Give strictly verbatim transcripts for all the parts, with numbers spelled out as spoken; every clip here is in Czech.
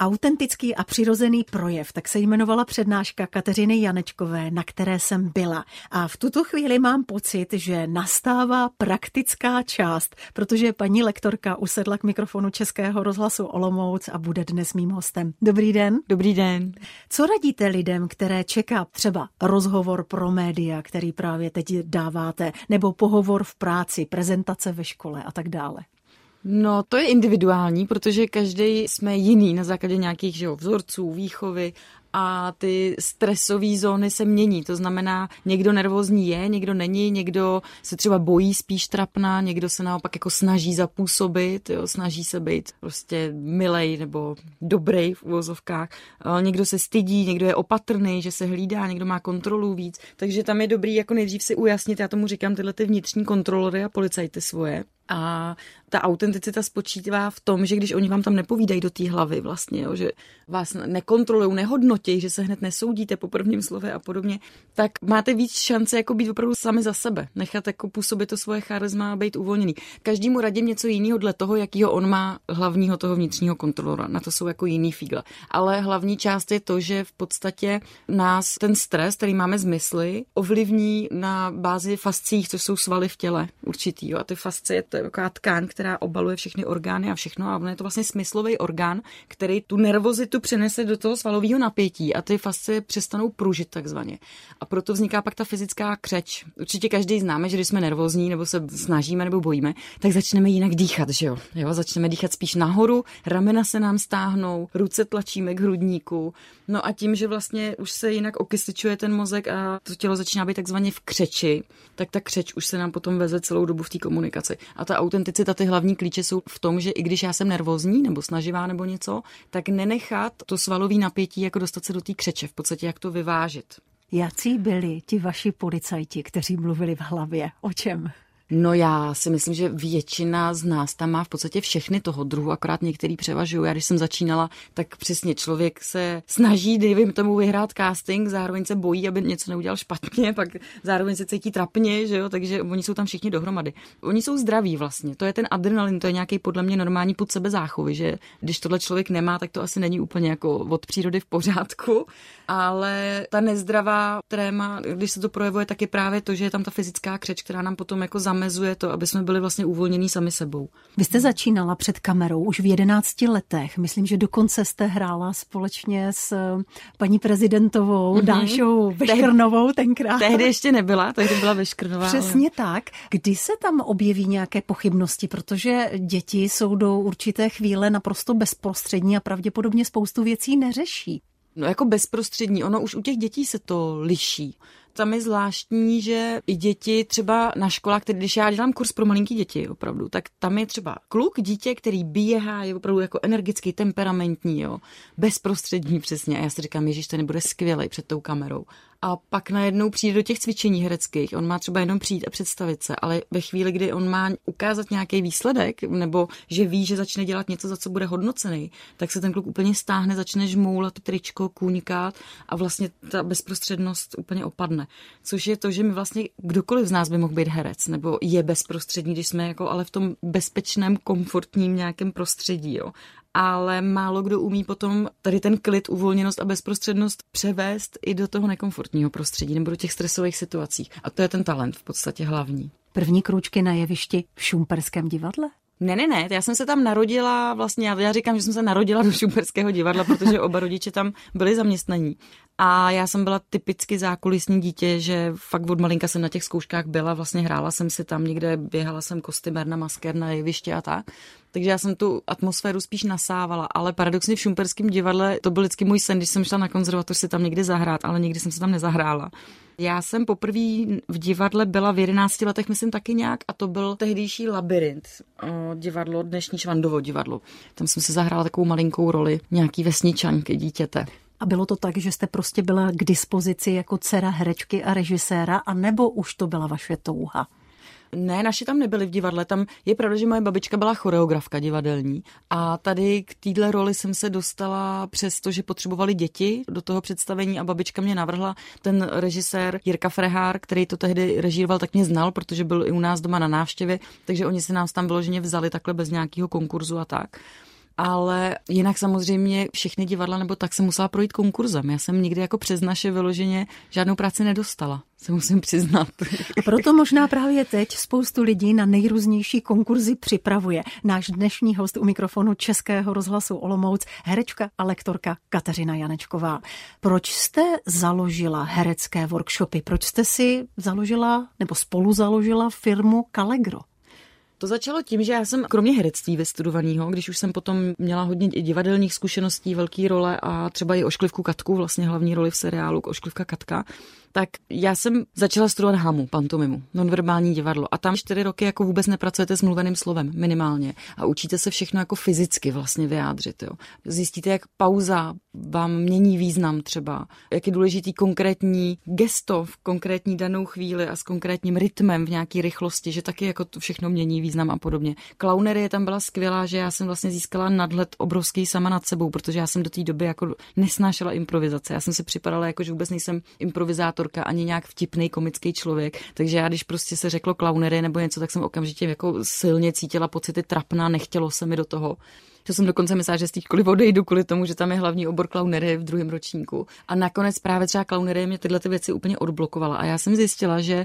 Autentický a přirozený projev, tak se jmenovala přednáška Kateřiny Janečkové, na které jsem byla. A v tuto chvíli mám pocit, že nastává praktická část, protože paní lektorka usedla k mikrofonu Českého rozhlasu Olomouc a bude dnes mým hostem. Dobrý den. Dobrý den. Co radíte lidem, které čeká třeba rozhovor pro média, který právě teď dáváte, nebo pohovor v práci, prezentace ve škole a tak dále? No, to je individuální, protože každý jsme jiný na základě nějakých že jo, vzorců, výchovy a ty stresové zóny se mění. To znamená, někdo nervózní je, někdo není, někdo se třeba bojí spíš trapna, někdo se naopak jako snaží zapůsobit, jo, snaží se být prostě milej nebo dobrý v uvozovkách. Někdo se stydí, někdo je opatrný, že se hlídá, někdo má kontrolu víc. Takže tam je dobrý jako nejdřív si ujasnit, já tomu říkám tyhle ty vnitřní kontrolory a policajty svoje. A ta autenticita spočívá v tom, že když oni vám tam nepovídají do té hlavy vlastně, jo, že vás nekontrolují, nehodnotí, že se hned nesoudíte po prvním slově a podobně, tak máte víc šance jako být opravdu sami za sebe, nechat jako působit to svoje charisma a být uvolněný. Každému radím něco jiného dle toho, jakýho on má hlavního toho vnitřního kontrolora. Na to jsou jako jiný fígle. Ale hlavní část je to, že v podstatě nás ten stres, který máme z mysli, ovlivní na bázi fascií, což jsou svaly v těle určitý. Jo. A ty fascie to je taková tkáň, která obaluje všechny orgány a všechno a je to vlastně smyslový orgán, který tu nervozitu přenese do toho svalového napětí a ty fascie přestanou pružit takzvaně. A proto vzniká pak ta fyzická křeč. Určitě každý známe, že když jsme nervózní nebo se snažíme nebo bojíme, tak začneme jinak dýchat, že jo? Jo, začneme dýchat spíš nahoru, ramena se nám stáhnou, ruce tlačíme k hrudníku. No a tím, že vlastně už se jinak okysličuje ten mozek a to tělo začíná být takzvaně v křeči, tak ta křeč už se nám potom veze celou dobu v té komunikaci. A ta autenticita, ty hlavní klíče jsou v tom, že i když já jsem nervózní nebo snaživá nebo něco, tak nenechat to svalový napětí jako dostat se do té křeče, v podstatě jak to vyvážit. Jací byli ti vaši policajti, kteří mluvili v hlavě? O čem? No já si myslím, že většina z nás tam má v podstatě všechny toho druhu, akorát některý převažují. Já když jsem začínala, tak přesně člověk se snaží, dejme tomu, vyhrát casting, zároveň se bojí, aby něco neudělal špatně, pak zároveň se cítí trapně, že jo, takže oni jsou tam všichni dohromady. Oni jsou zdraví vlastně, to je ten adrenalin, to je nějaký podle mě normální pud sebezáchovy, že když tohle člověk nemá, tak to asi není úplně jako od přírody v pořádku, ale ta nezdravá tréma, když se to projevuje, tak je právě to, že je tam ta fyzická křeč, která nám potom jako zamezuje to, aby jsme byli vlastně uvolnění sami sebou. Vy jste začínala před kamerou už v jedenácti letech. Myslím, že dokonce jste hrála společně s paní prezidentovou mm-hmm. Dášou Veškrnovou tenkrát. Tehdy ještě nebyla, tehdy byla Veškrnová. Přesně ale... tak. Kdy se tam objeví nějaké pochybnosti, protože děti jsou do určité chvíle naprosto bezprostřední a pravděpodobně spoustu věcí neřeší. No jako bezprostřední, ono už u těch dětí se to liší. Tam je zvláštní, že i děti třeba na školách, který, když já dělám kurz pro malinký děti opravdu, tak tam je třeba kluk, dítě, který běhá, je opravdu jako energický, temperamentní, jo, bezprostřední přesně. A já si říkám, ježiš, to nebude skvělej před tou kamerou. A pak najednou přijde do těch cvičení hereckých. On má třeba jenom přijít a představit se, ale ve chvíli, kdy on má ukázat nějaký výsledek, nebo že ví, že začne dělat něco, za co bude hodnocený, tak se ten kluk úplně stáhne, začne žmoulat tričko, kůňkat a vlastně ta bezprostřednost úplně opadne. Což je to, že my vlastně kdokoliv z nás by mohl být herec, nebo je bezprostřední, když jsme jako ale v tom bezpečném, komfortním nějakém prostředí, jo. Ale málo kdo umí potom tady ten klid, uvolněnost a bezprostřednost převést i do toho nekomfortního prostředí nebo do těch stresových situací. A to je ten talent v podstatě hlavní. První krůčky na jevišti v Šumperském divadle? Ne, ne, ne, já jsem se tam narodila, vlastně já říkám, že jsem se narodila do Šumperského divadla, protože oba rodiče tam byli zaměstnaní. A já jsem byla typicky zákulisní dítě, že fakt od malinka jsem na těch zkouškách byla, vlastně hrála jsem si tam někde, běhala jsem kostymérna, masker na jeviště a tak. Takže já jsem tu atmosféru spíš nasávala, ale paradoxně v Šumperském divadle to byl vždycky můj sen, když jsem šla na konzervatoř si tam někdy zahrát, ale nikdy jsem se tam nezahrála. Já jsem poprvé v divadle byla v jedenácti letech, myslím taky nějak, a to byl tehdejší Labyrint, divadlo, dnešní Švandovo divadlo. Tam jsem se zahrála takovou malinkou roli nějaký vesničanky, dítěte. A bylo to tak, že jste prostě byla k dispozici jako dcera herečky a režiséra, anebo už to byla vaše touha? Ne, naši tam nebyli v divadle, tam je pravda, že moje babička byla choreografka divadelní a tady k téhle roli jsem se dostala přes to, že potřebovali děti do toho představení a babička mě navrhla, ten režisér Jirka Frehár, který to tehdy režíroval, tak mě znal, protože byl i u nás doma na návštěvě, takže oni si nás tam vyloženě vzali takhle bez nějakého konkurzu a tak. Ale jinak samozřejmě všechny divadla nebo tak jsem musela projít konkurzem. Já jsem nikdy jako přes naše vyloženě žádnou práci nedostala, se musím přiznat. A proto možná právě teď spoustu lidí na nejrůznější konkurzy připravuje. Náš dnešní host u mikrofonu Českého rozhlasu Olomouc, herečka a lektorka Kateřina Janečková. Proč jste založila herecké workshopy? Proč jste si založila nebo spolu založila firmu Kalegro? To začalo tím, že já jsem kromě herectví vystudovaného, když už jsem potom měla hodně divadelních zkušeností, velký role a třeba i Ošklivku Katku, vlastně hlavní roli v seriálu Ošklivka Katka, tak já jsem začala studovat hámu, pantomimu, nonverbální divadlo. A tam čtyři roky jako vůbec nepracujete s mluveným slovem, minimálně. A učíte se všechno jako fyzicky vlastně vyjádřit. Jo. Zjistíte, jak pauza vám mění význam třeba, jak je důležitý konkrétní gesto v konkrétní danou chvíli a s konkrétním rytmem v nějaké rychlosti, že taky jako to všechno mění význam a podobně. Klaunerie tam byla skvělá, že já jsem vlastně získala nadhled obrovský sama nad sebou, protože já jsem do té doby jako nesnášela improvizace. Já jsem si připadala jako, že vůbec nejsem improvizátor ani nějak vtipný komický člověk, takže já když prostě se řeklo klaunery nebo něco, tak jsem okamžitě jako silně cítila pocity trapná, nechtělo se mi do toho. To jsem dokonce myslela, že z té školy odejdu kvůli tomu, že tam je hlavní obor klaunery v druhém ročníku. A nakonec právě třeba klaunery mě tyhle ty věci úplně odblokovala. A já jsem zjistila, že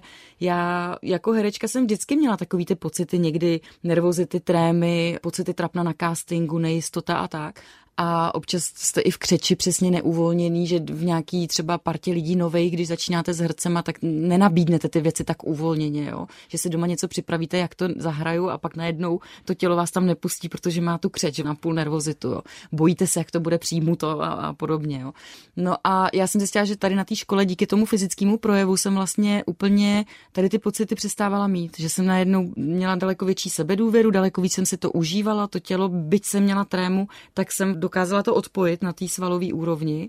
já jako herečka jsem vždycky měla takový ty pocity, někdy nervozity, trémy, pocity trapna na castingu, nejistota a tak. A občas jste i v křeči přesně neuvolněný, že v nějaký třeba partě lidí novej, když začínáte s hercema, tak nenabídnete ty věci tak uvolněně, jo? Že si doma něco připravíte, jak to zahraju a pak najednou to tělo vás tam nepustí, protože má tu křeč, na půl nervozitu, jo? Bojíte se, jak to bude přijmuto a, a podobně. Jo? No a já jsem zjistila, že tady na té škole díky tomu fyzickému projevu jsem vlastně úplně tady ty pocity přestávala mít, že jsem najednou měla daleko větší sebedůvěru, daleko víc jsem si to užívala, to tělo, byť jsem měla trému, tak jsem dokázala to odpojit na té svalové úrovni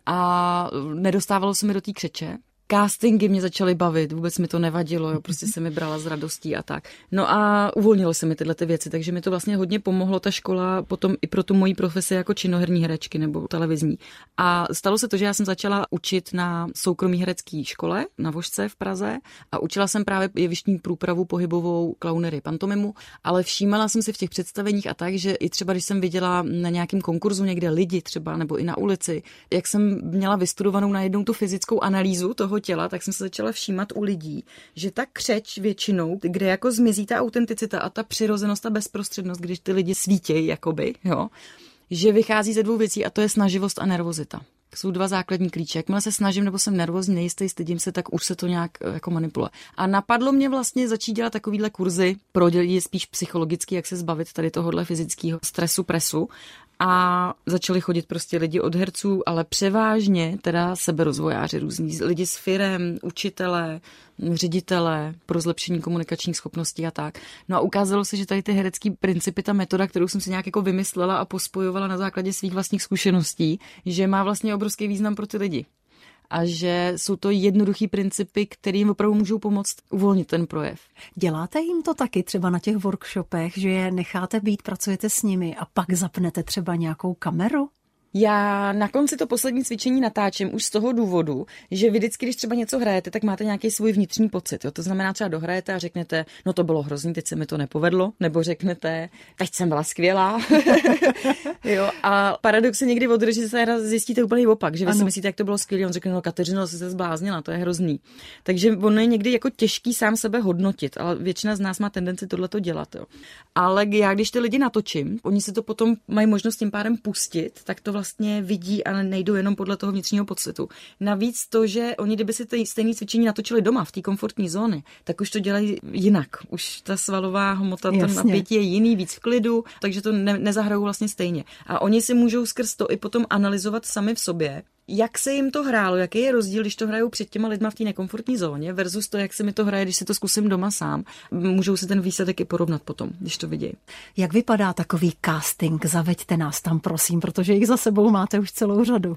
a nedostávalo se mi do té křeče. Castingy mě začaly bavit, vůbec mi to nevadilo, jo, prostě se mi brala s radostí a tak. No a uvolnilo se mi tyhle ty věci, takže mi to vlastně hodně pomohlo ta škola potom i pro tu moji profesi jako činoherní herečky nebo televizní. A stalo se to, že já jsem začala učit na soukromé herecké škole na Vožce v Praze a učila jsem právě jevištní průpravu pohybovou, klaunery, pantomimu, ale všímala jsem si v těch představeních a tak, že i třeba když jsem viděla na nějakém konkurzu někde lidi třeba nebo i na ulici, jak jsem měla vystudovanou najednou tu fyzickou analýzu toho těla, tak jsem se začala všímat u lidí, že ta křeč většinou, kde jako zmizí ta autenticita a ta přirozenost a bezprostřednost, když ty lidi svítějí jakoby, jo, že vychází ze dvou věcí a to je snaživost a nervozita. Jsou dva základní klíče. Jakmile se snažím nebo jsem nervózní, nejistý, stydím se, tak už se to nějak jako manipuluje. A napadlo mě vlastně začít dělat takovýhle kurzy pro lidi spíš psychologicky, jak se zbavit tady tohohle fyzického stresu, presu. A začali chodit prostě lidi od herců, ale převážně teda seberozvojáři různí, lidi s firem, učitelé, ředitelé pro zlepšení komunikačních schopností a tak. No a ukázalo se, že tady ty herecký principy, ta metoda, kterou jsem si nějak jako vymyslela a pospojovala na základě svých vlastních zkušeností, že má vlastně obrovský význam pro ty lidi. A že jsou to jednoduchý principy, kterým opravdu můžou pomoct uvolnit ten projev. Děláte jim to taky třeba na těch workshopech, že je necháte být, pracujete s nimi a pak zapnete třeba nějakou kameru? Já na konci to poslední cvičení natáčím už z toho důvodu, že vy vždycky, když třeba něco hrajete, tak máte nějaký svůj vnitřní pocit. Jo? To znamená, třeba dohrajete a řeknete, no to bylo hrozný, teď se mi to nepovedlo, nebo řeknete, teď jsem byla skvělá. Jo? A paradoxně někdy od režiséra zjistíte úplně opak, že vy ano. si myslíte, jak to bylo skvělé, on řekne, no Kateřino, jsi se zbláznila, to je hrozný. Takže ono je někdy jako těžký sám sebe hodnotit, ale většina z nás má tendenci tohleto dělat. Jo? Ale já, když ty lidi natočím, oni si to potom mají možnost tím pádem pustit, tak to vlastně vlastně vidí a nejdou jenom podle toho vnitřního pocitu. Navíc to, že oni kdyby si ty stejné cvičení natočili doma v té komfortní zóně, tak už to dělají jinak. Už ta svalová hmota, ten napětí je jiný, víc v klidu, takže to ne, nezahrajou vlastně stejně. A oni si můžou skrz to i potom analyzovat sami v sobě, jak se jim to hrálo, jaký je rozdíl, když to hrajou před těma lidma v té nekomfortní zóně versus to, jak se mi to hraje, když si to zkusím doma sám. Můžou si ten výsledek i porovnat potom, když to vidějí. Jak vypadá takový casting? Zaveďte nás tam, prosím, protože jich za sebou máte už celou řadu.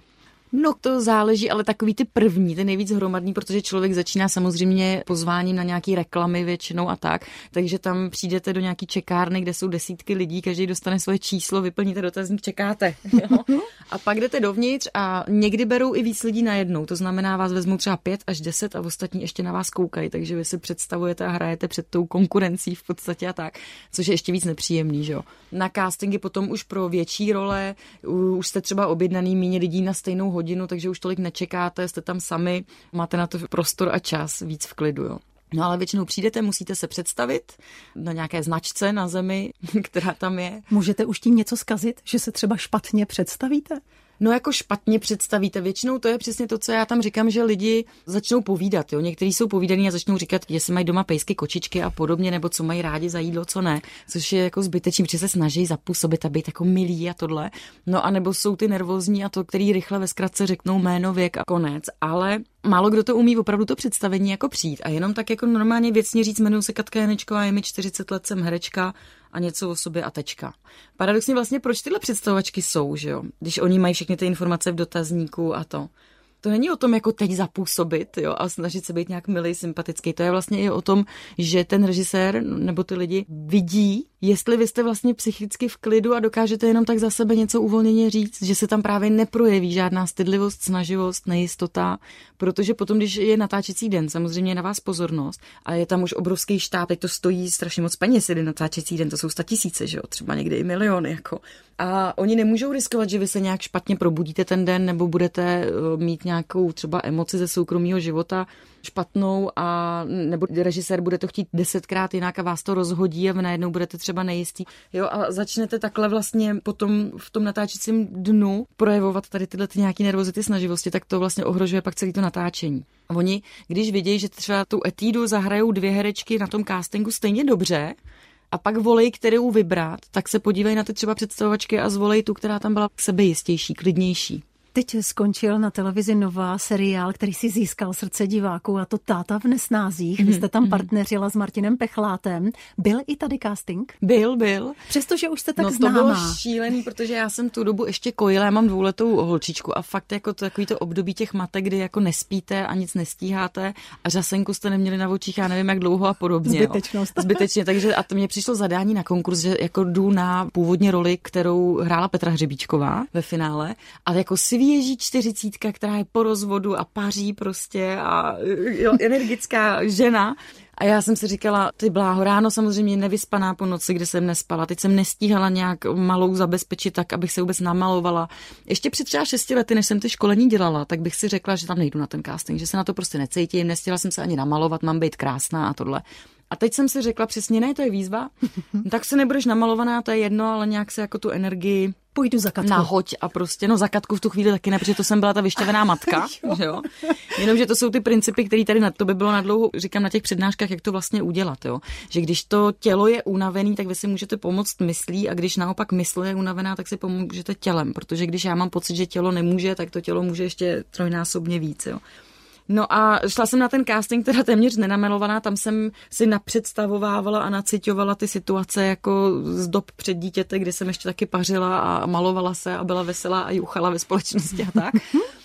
No to záleží, ale takový ty první, ty nejvíc hromadný, protože člověk začíná samozřejmě pozváním na nějaký reklamy většinou a tak, takže tam přijdete do nějaký čekárny, kde jsou desítky lidí, každý dostane svoje číslo, vyplníte dotazník, čekáte. Jo? A pak jdete dovnitř a někdy berou i víc lidí najednou, to znamená vás vezmou třeba pět až deset a ostatní ještě na vás koukají, takže vy si představujete a hrajete před tou konkurencí v podstatě a tak, což je ještě víc nepříjemný, že jo. Na castingy potom už pro větší role, už jste třeba objednaný méně lidí na stejnou hodinu, takže už tolik nečekáte, jste tam sami, máte na to prostor a čas víc v klidu, jo. No ale většinou přijdete, musíte se představit na nějaké značce na zemi, která tam je. Můžete už tím něco zkazit, že se třeba špatně představíte? No jako špatně představíte. Většinou to je přesně to, co já tam říkám, že lidi začnou povídat. Jo? Někteří jsou povídaní a začnou říkat, jestli mají doma pejsky, kočičky a podobně, nebo co mají rádi za jídlo, co ne. Což je jako zbytečný, protože se snaží zapůsobit a být jako milí a tohle. No a nebo jsou ty nervózní a to, který rychle ve zkratce řeknou jméno, věk a konec. Ale málo kdo to umí opravdu to představení jako přijít. A jenom tak jako normálně věcně říct, jmenuji se Katka Janečková, je mi čtyřicet let, jsem herečka a něco o sobě a tečka. Paradoxně vlastně proč tyhle představovačky jsou, že jo? Když oni mají všechny ty informace v dotazníku a to. To není o tom jako teď zapůsobit, jo, a snažit se být nějak milý, sympatický. To je vlastně i o tom, že ten režisér nebo ty lidi vidí, jestli vy jste vlastně psychicky v klidu a dokážete jenom tak za sebe něco uvolněně říct, že se tam právě neprojeví žádná stydlivost, snaživost, nejistota, protože potom, když je natáčecí den, samozřejmě je na vás pozornost a je tam už obrovský štáb, teď to stojí strašně moc peněz, jeden natáčecí den, to jsou statisíce, že jo, třeba někdy i miliony, jako. A oni nemůžou riskovat, že vy se nějak špatně probudíte ten den nebo budete mít nějakou třeba emoci ze soukromého života špatnou a nebo režisér bude to chtít desetkrát jinak a vás to rozhodí a vy najednou budete třeba nejistý. Jo, a začnete takhle vlastně potom v tom natáčecím dnu projevovat tady tyhle ty nějaký nervozity, snaživosti, tak to vlastně ohrožuje pak celý to natáčení. A oni, když vidějí, že třeba tu etídu zahrajou dvě herečky na tom castingu stejně dobře, a pak volej, kterou vybrat, tak se podívej na ty třeba představovačky a zvolej tu, která tam byla sebejistější, klidnější. Teď skončil na televizi Nova seriál, který si získal srdce diváků, a to Táta v nesnázích. Vy jste tam partneřila s Martinem Pechlátem. Byl i tady casting? Byl, byl. Přestože už jste tak no, známá. No to bylo šílený, protože já jsem tu dobu ještě kojila, já mám dvouletou holčičku a fakt jako to, takový to období těch matek, kdy jako nespíte a nic nestíháte a řasenku jste neměli na očích, já nevím jak dlouho a podobně. Zbytečnost. Jo. Zbytečně, takže a to mě přišlo zadání na konkurs, že jako jdu na původně roli, kterou hrála Petra Hřebíčková ve finále, ale jako svěží čtyřicítka, která je po rozvodu a paří prostě a jo, energická žena. A já jsem si říkala, ty bláho, ráno samozřejmě nevyspaná po noci, kde jsem nespala. Teď jsem nestíhala nějak malou zabezpečit tak, abych se vůbec namalovala. Ještě před třeba šesti lety, než jsem ty školení dělala, tak bych si řekla, že tam nejdu na ten casting, že se na to prostě necítím, nestihla jsem se ani namalovat, mám být krásná a tohle. A teď jsem si řekla přesně, ne, to je výzva, tak se nebudeš namalovaná, to je jedno, ale nějak se jako tu energii půjdu za Katku. Nahoď a prostě, no za Katku v tu chvíli taky ne, protože to jsem byla ta vyšťavená matka, jo. Jenomže to jsou ty principy, které tady na to by bylo nadlouho, říkám na těch přednáškách, jak to vlastně udělat, jo. Že když to tělo je unavený, tak vy si můžete pomoct myslí a když naopak mysl je unavená, tak si pomůžete tělem, protože když já mám pocit, že tělo nemůže, tak to tělo může ještě trojnásobně víc, jo. No a šla jsem na ten casting, teda téměř nenamalovaná, tam jsem si napředstavovávala a naciťovala ty situace jako z dob před dítěte, kdy jsem ještě taky pařila a malovala se a byla veselá a juchala ve společnosti a tak.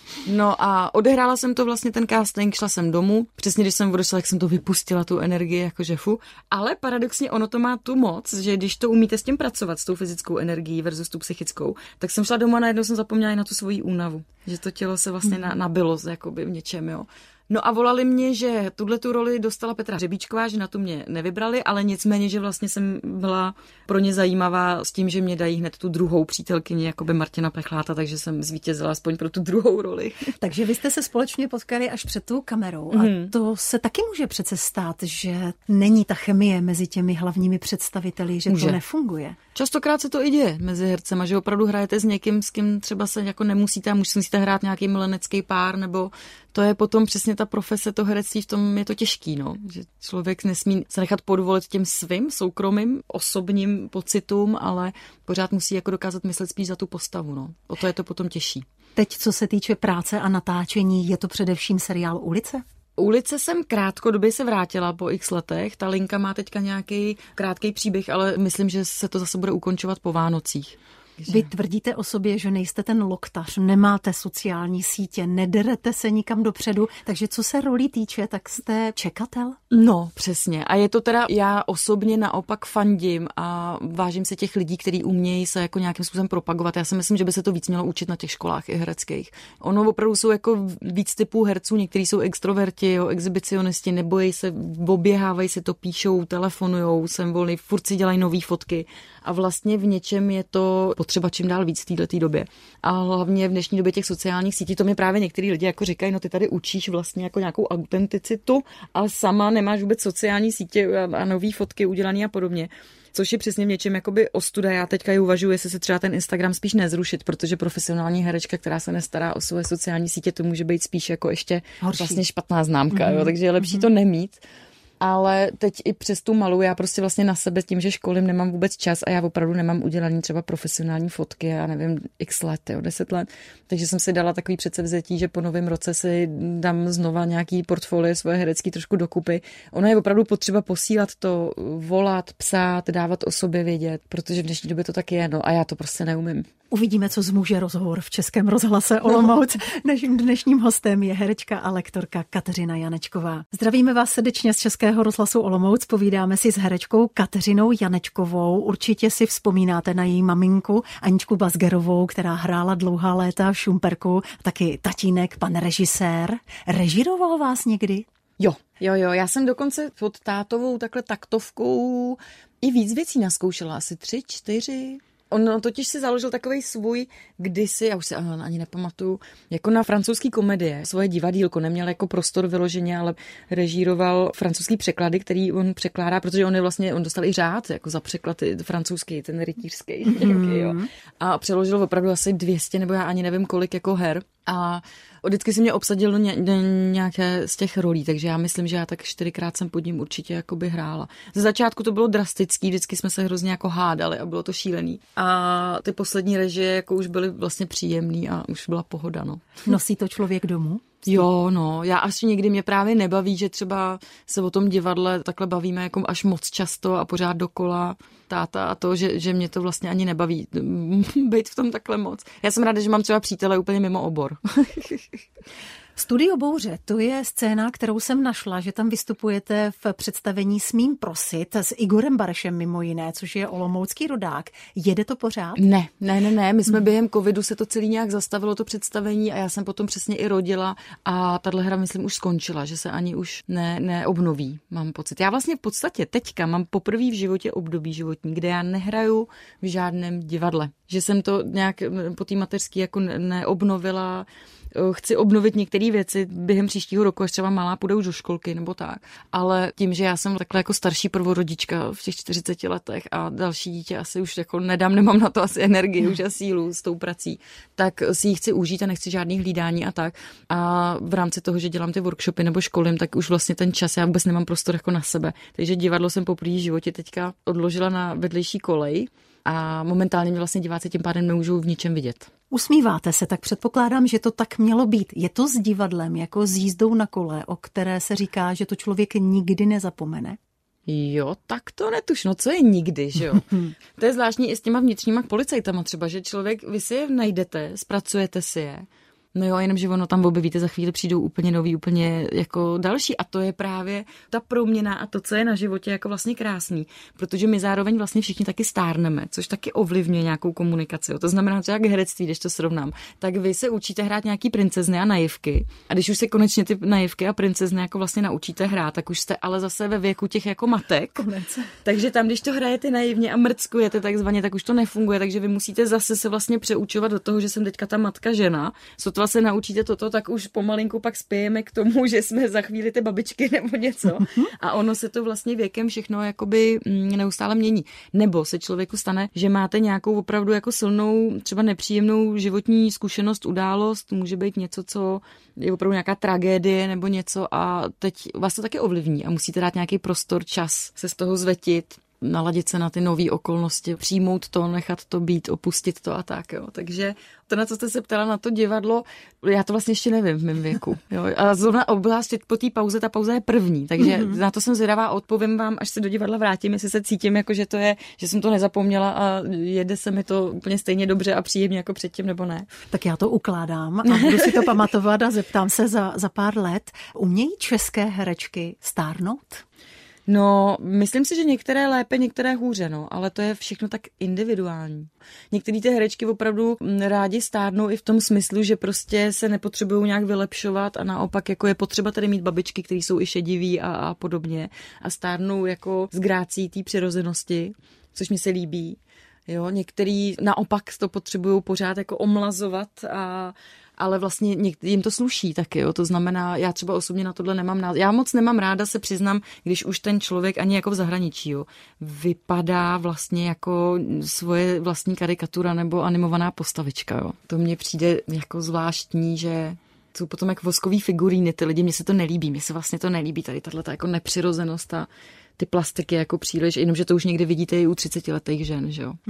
No a odehrála jsem to vlastně ten casting, šla jsem domů, přesně když jsem odešla, jak jsem to vypustila, tu energii, jakože fu. Ale paradoxně ono to má tu moc, že když to umíte s tím pracovat, s tou fyzickou energií versus tu psychickou, tak jsem šla domů a najednou jsem zapomněla i na tu svoji únavu. Že to tělo se vlastně na, nabilo jakoby v něčem, jo. No a volali mě, že tuhle tu roli dostala Petra Hřebíčková, že na tu mě nevybrali, ale nicméně, že vlastně jsem byla pro ně zajímavá s tím, že mě dají hned tu druhou přítelkyni, jakoby Martina Pechláta, takže jsem zvítězila aspoň pro tu druhou roli. Takže vy jste se společně potkali až před tou kamerou a mm. to se taky může přece stát, že není ta chemie mezi těmi hlavními představiteli, že může. To nefunguje. Častokrát se to i děje mezi hercema, že opravdu hrajete s někým, s kým třeba se jako nemusíte a musíte hrát nějaký milenecký pár, nebo to je potom přesně ta profese, to herectví, v tom je to těžký, no, že člověk nesmí se nechat podvolit těm svým soukromým, osobním pocitům, ale pořád musí jako dokázat myslet spíš za tu postavu, no. O to je to potom těžší. Teď, co se týče práce a natáčení, je to především seriál Ulice? Ulice jsem krátkodobě se vrátila po x letech, ta linka má teďka nějaký krátký příběh, ale myslím, že se to zase bude ukončovat po Vánocích. Vy tvrdíte o sobě, že nejste ten loktař, nemáte sociální sítě, nederete se nikam dopředu, takže co se roli týče, tak jste čekatel? No, přesně. A je to teda, já osobně naopak fandím a vážím se těch lidí, kteří umějí se jako nějakým způsobem propagovat. Já si myslím, že by se to víc mělo učit na těch školách i hereckých. Ono opravdu jsou jako víc typů herců, někteří jsou extroverti, jo, exhibicionisti, nebojí se, oběhávají si to, píšou, telefonujou, jsem volný, furt si dělají nový fotky a vlastně v něčem je to potřeba čím dál víc v této době. A hlavně v dnešní době těch sociálních sítí, to mi právě některý lidi jako říkají, no ty tady učíš vlastně jako nějakou autenticitu, ale sama nemáš vůbec sociální sítě a, a nový fotky udělaný a podobně. Což je přesně v něčem jakoby ostuda. Já teďka i uvažuji, jestli se třeba ten Instagram spíš nezrušit, protože profesionální herečka, která se nestará o svoje sociální sítě, to může být spíš jako ještě horší. Vlastně špatná známka, mm-hmm. jo, takže je lepší mm-hmm. to nemít. Ale teď i přes tu malou, já prostě vlastně na sebe tím, že školím, nemám vůbec čas a já opravdu nemám udělaný třeba profesionální fotky, já nevím, x let, jo, deset let. Takže jsem si dala takový předsevzetí, že po novém roce si dám znova nějaký portfolio svoje herecký trošku dokupy. Ono je opravdu potřeba posílat to, volat, psát, dávat o sobě vědět, protože v dnešní době to tak je, no a já to prostě neumím. Uvidíme, co zmůže rozhovor v Českém rozhlase Olomouc. Naším dnešním hostem je herečka a lektorka Kateřina Janečková. Zdravíme vás srdečně z Českého rozhlasu Olomouc. Povídáme si s herečkou Kateřinou Janečkovou. Určitě si vzpomínáte na její maminku Aničku Bazgerovou, která hrála dlouhá léta Šumperku, taky tatínek, pan režisér. Režíroval vás někdy? Jo, jo, jo. Já jsem dokonce pod tátovou takhle taktovkou i víc věcí naskoušela. Asi tři, čtyři... On totiž si založil takovej svůj kdysi, já už si ani nepamatuju, jako na francouzský komedie. Svoje divadýlko, neměl jako prostor vyloženě, ale režíroval francouzský překlady, který on překládá, protože on je vlastně, on dostal i řád jako za překlad francouzský, ten rytířský. Mm. jo. A přeložil opravdu asi dvě stě, nebo já ani nevím kolik jako her. A vždycky si mě obsadil do, ně, do nějaké z těch rolí, takže já myslím, že já tak čtyřikrát jsem pod ním určitě jakoby hrála. Ze začátku to bylo drastický, vždycky jsme se hrozně jako hádali a bylo to šílený. A ty poslední režie jako už byly vlastně příjemný a už byla pohoda, no. Nosí to člověk domů? Jo, no, já až někdy mě právě nebaví, že třeba se o tom divadle takhle bavíme jako až moc často a pořád dokola táta a to, že, že mě to vlastně ani nebaví být v tom takhle moc. Já jsem ráda, že mám třeba přítele úplně mimo obor. Studio Bouře, to je scéna, kterou jsem našla, že tam vystupujete v představení Smím prosit s Igorem Barešem mimo jiné, což je olomoucký rodák. Jede to pořád? Ne, ne, ne, ne. My jsme hmm. během covidu se to celý nějak zastavilo, to představení, a já jsem potom přesně i rodila a tahle hra, myslím, už skončila, že se ani už ne, neobnoví, mám pocit. Já vlastně v podstatě teďka mám poprvé v životě období životní, kde já nehraju v žádném divadle. Že jsem to nějak po té mateřský jako neobnovila. Chci obnovit některé věci během příštího roku, až třeba malá půjde už do školky nebo tak. Ale tím, že já jsem takhle jako starší prvorodička v těch čtyřiceti letech a další dítě asi už jako nedám, nemám na to asi energii už a sílu s tou prací, tak si ji chci užít a nechci žádný hlídání a tak. A v rámci toho, že dělám ty workshopy nebo školím, tak už vlastně ten čas já vůbec nemám prostor jako na sebe. Takže divadlo jsem poprvé v životě teďka odložila na vedlejší kolej a momentálně mě vlastně diváci tím pádem nemůžou v ničem vidět. Usmíváte se, tak předpokládám, že to tak mělo být. Je to s divadlem, jako s jízdou na kole, o které se říká, že to člověk nikdy nezapomene? Jo, tak to netuš, no co je nikdy, že jo? To je zvláštní i s těma vnitřníma policajtama třeba, že člověk, vy si je najdete, zpracujete si je. No jo, jenom, že ono tam objevíte, za chvíli přijdou úplně nový, úplně jako další a to je právě ta proměna a to, co je na životě jako vlastně krásný, protože my zároveň vlastně všichni taky stárneme, což taky ovlivňuje nějakou komunikaci. Jo. To znamená, že jak herectví, když to srovnám, tak vy se učíte hrát nějaký princezny a naivky a když už se konečně ty naivky a princezny jako vlastně naučíte hrát, tak už jste ale zase ve věku těch jako matek. Konec. Takže tam, když to hrajete naivně a mrckujete takzvaně, tak už to nefunguje, takže vy musíte zase se vlastně přeučovat do toho, že jsem teďka ta matka žena. Se naučíte toto, tak už pomalinku pak spějeme k tomu, že jsme za chvíli ty babičky nebo něco. A ono se to vlastně věkem všechno jakoby neustále mění. Nebo se člověku stane, že máte nějakou opravdu jako silnou, třeba nepříjemnou životní zkušenost, událost, může být něco, co je opravdu nějaká tragédie nebo něco a teď vás to taky ovlivní a musíte dát nějaký prostor, čas se z toho zvetit. naladit se na ty nové okolnosti, přijmout to, nechat to být, opustit to a tak, jo. Takže to, na co jste se ptala na to divadlo, já to vlastně ještě nevím v mém věku, jo. A zrovna obzvlášť po té pauze, ta pauza je první, takže mm-hmm. na to jsem zvědavá a odpovím vám, až se do divadla vrátím, jestli se cítím, jako že to je, že jsem to nezapomněla a jede se mi to úplně stejně dobře a příjemně jako předtím, nebo ne. Tak já to ukládám a budu si to pamatovat a zeptám se za, za pár let. Umějí české herečky stárnout? No, myslím si, že některé lépe, některé hůře, no, ale to je všechno tak individuální. Některé ty herečky opravdu rádi stárnou i v tom smyslu, že prostě se nepotřebují nějak vylepšovat a naopak jako je potřeba tady mít babičky, které jsou i šediví a, a podobně a stárnou jako s grácí té přirozenosti, což mi se líbí. Jo, některý naopak to potřebují pořád jako omlazovat a ale vlastně jim to sluší taky, jo. To znamená, já třeba osobně na tohle nemám názor. Já moc nemám ráda, se přiznám, když už ten člověk ani jako v zahraničí, jo, vypadá vlastně jako svoje vlastní karikatura nebo animovaná postavička, jo. To mně přijde jako zvláštní, že jsou potom jako voskový figuríny ty lidi, mně se to nelíbí, mně se vlastně to nelíbí, tady tato jako nepřirozenost a ty plastiky jako příliš, jenomže to už někdy vidíte i u třicetiletých žen, že jo.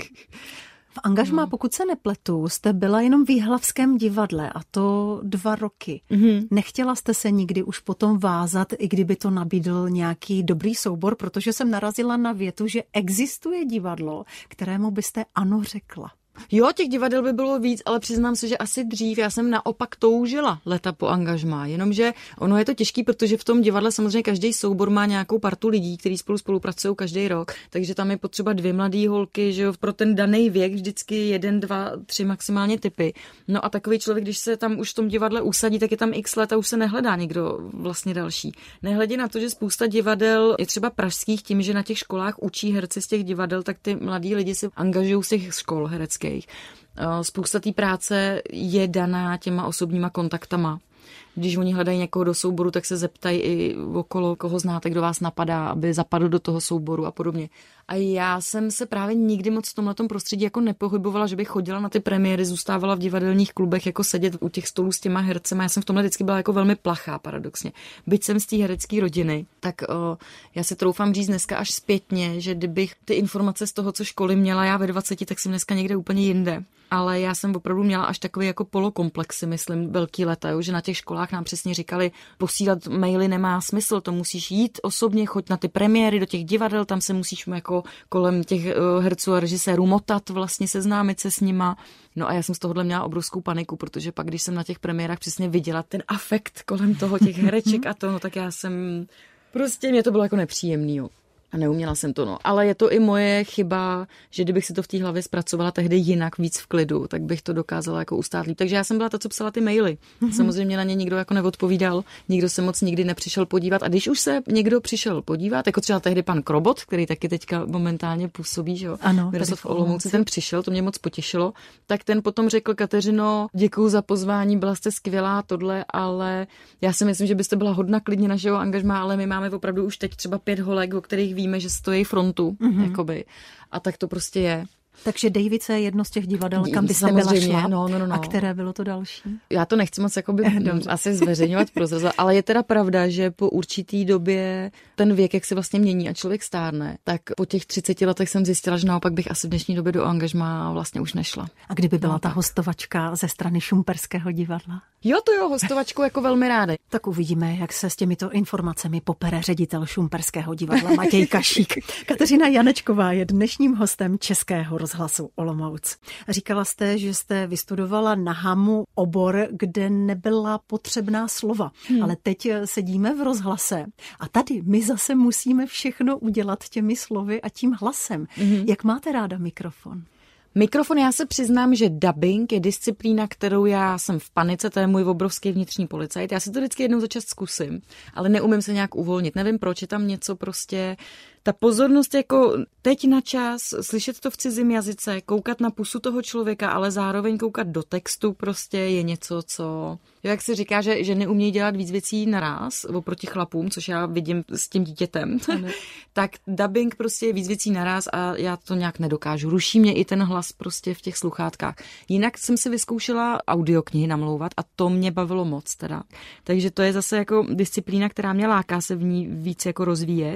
V angažmá, pokud se nepletu, jste byla jenom v Jihlavském divadle a to dva roky. Mm-hmm. Nechtěla jste se nikdy už potom vázat, i kdyby to nabídl nějaký dobrý soubor, protože jsem narazila na větu, že existuje divadlo, kterému byste ano řekla. Jo, těch divadel by bylo víc, ale přiznám se, že asi dřív já jsem naopak toužila léta po angažmá, jenomže ono je to těžký, protože v tom divadle samozřejmě každý soubor má nějakou partu lidí, kteří spolu spolupracují každý rok, takže tam je potřeba dvě mladé holky, že jo, pro ten daný věk vždycky jeden, dva, tři maximálně typy. No a takový člověk, když se tam už v tom divadle usadí, tak je tam x let a už se nehledá někdo vlastně další. Nehledě na to, že spousta divadel je třeba pražských, tím, že na těch školách učí herci z těch divadel, tak ty mladí lidi si angažují z těch škol hereckých. Spousta té práce je daná těma osobníma kontaktama. Když oni hledají někoho do souboru, tak se zeptají i okolo, koho znáte, kdo vás napadá, aby zapadl do toho souboru a podobně. A já jsem se právě nikdy moc v tomhletom prostředí jako nepohybovala, že bych chodila na ty premiéry, zůstávala v divadelních klubech, jako sedět u těch stolů s těma hercema. Já jsem v tomhle vždycky byla jako velmi plachá, paradoxně. Byť jsem z té herecké rodiny, tak o, já si troufám říct dneska až zpětně, že kdybych ty informace z toho, co školy měla já ve dvaceti, tak jsem dneska někde úplně jinde. Ale já jsem opravdu měla až takový jako polokomplexy, myslím, velký leta, jo, že na těch školách nám přesně říkali, posílat maily nemá smysl, to musíš jít osobně, choď na ty premiéry do těch divadel, tam se musíš jako kolem těch herců a režisérů motat, vlastně seznámit se s nima. No a já jsem z tohohle měla obrovskou paniku, protože pak, když jsem na těch premiérách přesně viděla ten afekt kolem toho těch hereček a to, no tak já jsem, prostě mě to bylo jako nepříjemný, jo. A neuměla jsem to, no. Ale je to i moje chyba, že kdybych si to v té hlavě zpracovala tehdy jinak, víc v klidu, tak bych to dokázala jako ustát líp. Takže já jsem byla ta, co psala ty maily. Mm-hmm. Samozřejmě na ně nikdo jako neodpovídal, nikdo se moc nikdy nepřišel podívat. A když už se někdo přišel podívat, jako třeba tehdy pan Krobot, který taky teďka momentálně působí, že jo, Miroslav v Olomouci, ten přišel, to mě moc potěšilo, tak ten potom řekl: Kateřino, děkuju za pozvání, byla jste skvělá, tohle, ale já si myslím, že byste byla hodna klidně našeho angažmá, ale my máme opravdu už teď třeba pět holek, o kterých víme, že stojí frontu, mm-hmm. jakoby. A tak to prostě je. Takže Dejvice je jedno z těch divadel, kam byste byla šla. No, no, no. A které bylo to další? Já to nechci moc jakoby asi zveřejňovat prozrazovat, ale je teda pravda, že po určitý době ten věk, jak se vlastně mění a člověk stárne, tak po těch třiceti letech jsem zjistila, že naopak bych asi v dnešní době do angažmá vlastně už nešla. A kdyby byla no, ta hostovačka ze strany Šumperského divadla? Jo, to jo, hostovačku jako velmi ráda. Tak uvidíme, jak se s těmito informacemi popere ředitel Šumperského divadla Matěj Kašík. Kateřina Janečková je dnešním hostem Českého rozhlasu Olomouc. Říkala jste, že jste vystudovala na Hamu obor, kde nebyla potřebná slova. Hmm. Ale teď sedíme v rozhlase a tady my zase musíme všechno udělat těmi slovy a tím hlasem. Hmm. Jak máte ráda mikrofon? Mikrofon, já se přiznám, že dubbing je disciplína, kterou já jsem v panice, to je můj obrovský vnitřní policajt. Já si to vždycky jednou za čas zkusím, ale neumím se nějak uvolnit. Nevím proč, je tam něco prostě, ta pozornost jako teď na čas, slyšet to v cizím jazyce, koukat na pusu toho člověka, ale zároveň koukat do textu prostě je něco, co... Jak se říká, že, že neumějí dělat víc věcí naraz oproti chlapům, což já vidím s tím dítětem, tak dubbing prostě je víc věcí naraz a já to nějak nedokážu. Ruší mě i ten hlas prostě v těch sluchátkách. Jinak jsem si vyzkoušela audioknihy namlouvat a to mě bavilo moc teda. Takže to je zase jako disciplína, která mě láká se v ní víc jako rozvíjet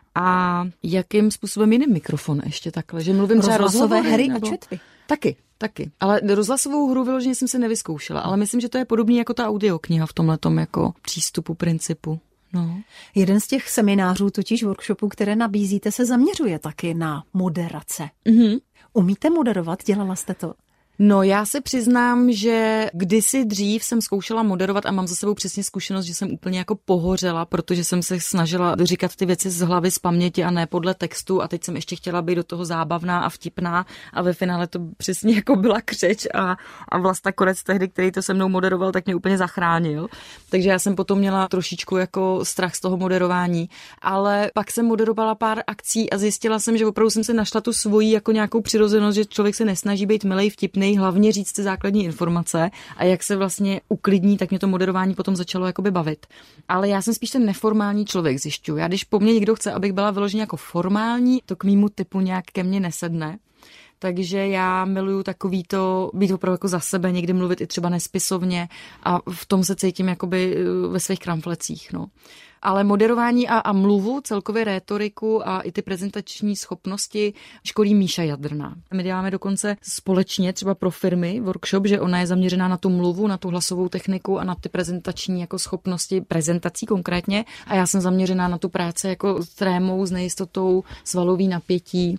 A jakým způsobem jiným mikrofon ještě takhle, že mluvím třeba rozhlasové hry nebo... a četvy. Taky, taky. Ale rozhlasovou hru vyloženě jsem se nevyzkoušela, ale myslím, že to je podobný jako ta audiokniha v tomhletom jako přístupu, principu. No. Jeden z těch seminářů, totiž workshopů, které nabízíte, se zaměřuje taky na moderace. Mm-hmm. Umíte moderovat? Dělala jste to? No, já se přiznám, že kdysi dřív jsem zkoušela moderovat a mám za sebou přesně zkušenost, že jsem úplně jako pohořela, protože jsem se snažila říkat ty věci z hlavy, z paměti a ne podle textu a teď jsem ještě chtěla být do toho zábavná a vtipná a ve finále to přesně jako byla křeč a, a Vlasta Korec tehdy, který to se mnou moderoval, tak mě úplně zachránil. Takže já jsem potom měla trošičku jako strach z toho moderování, ale pak jsem moderovala pár akcí a zjistila jsem, že opravdu jsem se našla tu svoji jako nějakou přirozenost, že člověk se nesnaží být milej, vtipný, hlavně říct ty základní informace a jak se vlastně uklidní, tak mě to moderování potom začalo jakoby bavit. Ale já jsem spíš ten neformální člověk, zjišťuju. Já když po mně někdo chce, abych byla vyloženě jako formální, to k mýmu typu nějak ke mně nesedne. Takže já miluju takový to, být opravdu jako za sebe, někdy mluvit i třeba nespisovně a v tom se cítím jakoby ve svých kramflecích, no. Ale moderování a, a mluvu, celkově rétoriku a i ty prezentační schopnosti školí Míša Jadrná. My děláme dokonce společně třeba pro firmy workshop, že ona je zaměřená na tu mluvu, na tu hlasovou techniku a na ty prezentační jako schopnosti prezentací konkrétně a já jsem zaměřená na tu práci jako s trémou, s nejistotou, svalový napětí.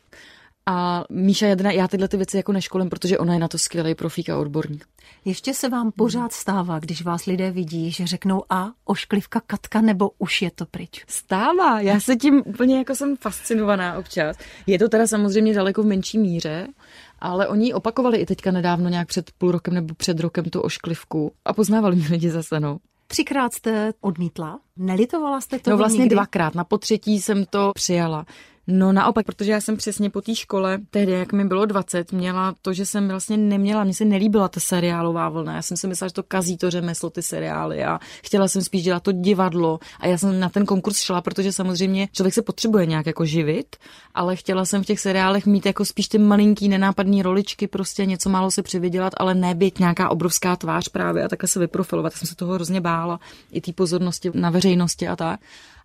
A Míša Jadrná, já tyhle ty věci jako neškolím, protože ona je na to skvělý profík a odborník. Ještě se vám pořád stává, když vás lidé vidí, že řeknou a ošklivka Katka, nebo už je to pryč? Stává, já se tím úplně jako jsem fascinovaná občas. Je to teda samozřejmě daleko v menší míře, ale oni opakovali i teďka nedávno nějak před půl rokem nebo před rokem tu ošklivku a poznávali mě lidi zase, no. Třikrát jste odmítla? Nelitovala jste to? No vlastně nikdy? dvakrát, na potřetí jsem to přijala. No naopak, protože já jsem přesně po té škole, tehdy, jak mi bylo dvacet, měla to, že jsem vlastně neměla, mně se nelíbila ta seriálová vlna. Já jsem si myslela, že to kazí to řemeslo, ty seriály a chtěla jsem spíš dělat to divadlo a já jsem na ten konkurs šla, protože samozřejmě člověk se potřebuje nějak jako živit, ale chtěla jsem v těch seriálech mít jako spíš ty malinký nenápadný roličky, prostě něco málo se přivydělat, ale ne být nějaká obrovská tvář právě a takhle se vyprofilovat. Já jsem se toho hrozně bála, i té pozornosti na veřejnosti a tak.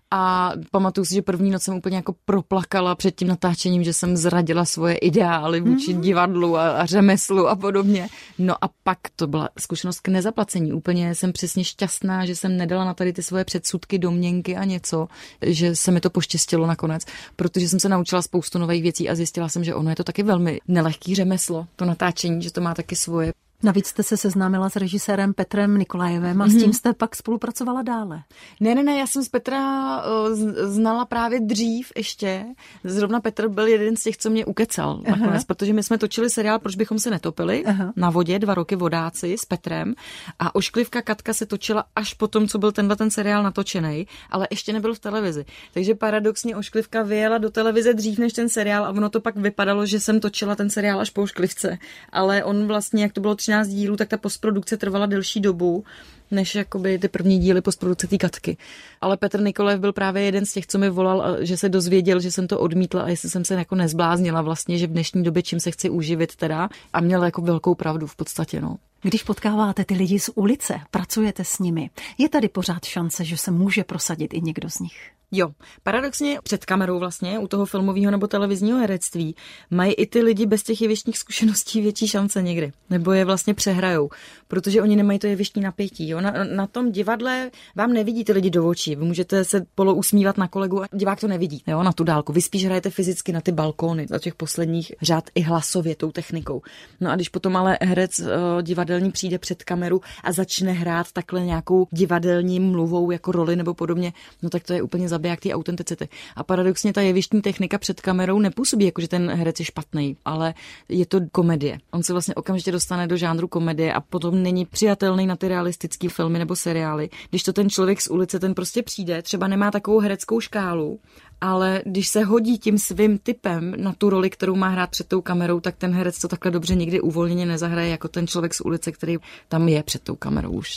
A pamatuju si, že první noc jsem úplně jako proplakala před tím natáčením, že jsem zradila svoje ideály vůči divadlu a, a řemeslu a podobně. No a pak to byla zkušenost k nezaplacení. Úplně jsem přesně šťastná, že jsem nedala na tady ty svoje předsudky, domněnky a něco, že se mi to poštěstilo nakonec, protože jsem se naučila spoustu nových věcí a zjistila jsem, že ono je to taky velmi nelehký řemeslo, to natáčení, že to má taky svoje. Navíc jste se seznámila s režisérem Petrem Nikolajevem a mm-hmm. s tím jste pak spolupracovala dále. Ne, ne, ne, já jsem z Petra uh, znala právě dřív ještě. Zrovna Petr byl jeden z těch, co mě ukecal nakonec, protože my jsme točili seriál Proč bychom se netopili. Aha. Na vodě, dva roky vodáci s Petrem a Ošklivka Katka se točila až po tom, co byl tenhle ten seriál natočený, ale ještě nebyl v televizi. Takže paradoxně Ošklivka vyjela do televize dřív než ten seriál a ono to pak vypadalo, že jsem točila ten seriál až po Ošklivce. Ale on vlastně, jak to bylo třináct dílů, tak ta postprodukce trvala delší dobu, než jakoby ty první díly postprodukce té Katky. Ale Petr Nikolajev byl právě jeden z těch, co mi volal, že se dozvěděl, že jsem to odmítla a jestli jsem se jako nezbláznila vlastně, že v dnešní době čím se chci uživit teda a měl jako velkou pravdu v podstatě, no. Když potkáváte ty lidi z ulice, pracujete s nimi, je tady pořád šance, že se může prosadit i někdo z nich? Jo, paradoxně před kamerou vlastně, u toho filmového nebo televizního herectví, mají i ty lidi bez těch jevištních zkušeností větší šance někdy. Nebo je vlastně přehrajou, protože oni nemají to jevištní napětí. Jo? Na, na tom divadle vám nevidí ty lidi do očí. Vy můžete se polousmívat na kolegu a divák to nevidí, jo? Na tu dálku. Vy spíš hrajete fyzicky na ty balkóny, za těch posledních řád i hlasově tou technikou. No a když potom ale herec uh, divadelní přijde před kameru a začne hrát takhle nějakou divadelní mluvou jako roli nebo podobně, no tak to je úplně zabiják té autenticity. A paradoxně ta jevištní technika před kamerou nepůsobí jako, že ten herec je špatný, ale je to komedie. On se vlastně okamžitě dostane do žánru komedie a potom není přijatelný na ty realistické filmy nebo seriály. Když to ten člověk z ulice, ten prostě přijde, třeba nemá takovou hereckou škálu, ale když se hodí tím svým typem na tu roli, kterou má hrát před tou kamerou, tak ten herec to takhle dobře nikdy uvolněně nezahraje jako ten člověk z ulice, který tam je před tou kamerou už takhle.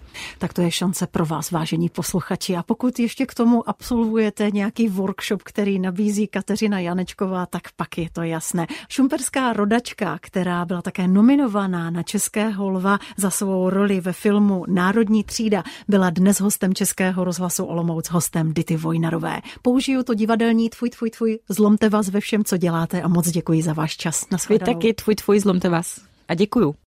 Tak to je šance pro vás, vážení posluchači. A pokud ještě k tomu absolvujete nějaký workshop, který nabízí Kateřina Janečková, tak pak je to jasné. Šumperská rodačka, která byla také nominovaná na Českého lva za svou roli ve filmu Národní třída, byla dnes hostem Českého rozhlasu Olomouc, hostem Dity Vojnarové. Použiju to divadelní tvůj, tvůj, tvůj, zlomte vás ve všem, co děláte a moc děkuji za váš čas. Vy taky tvůj, tvůj, zlomte vás. A děkuju.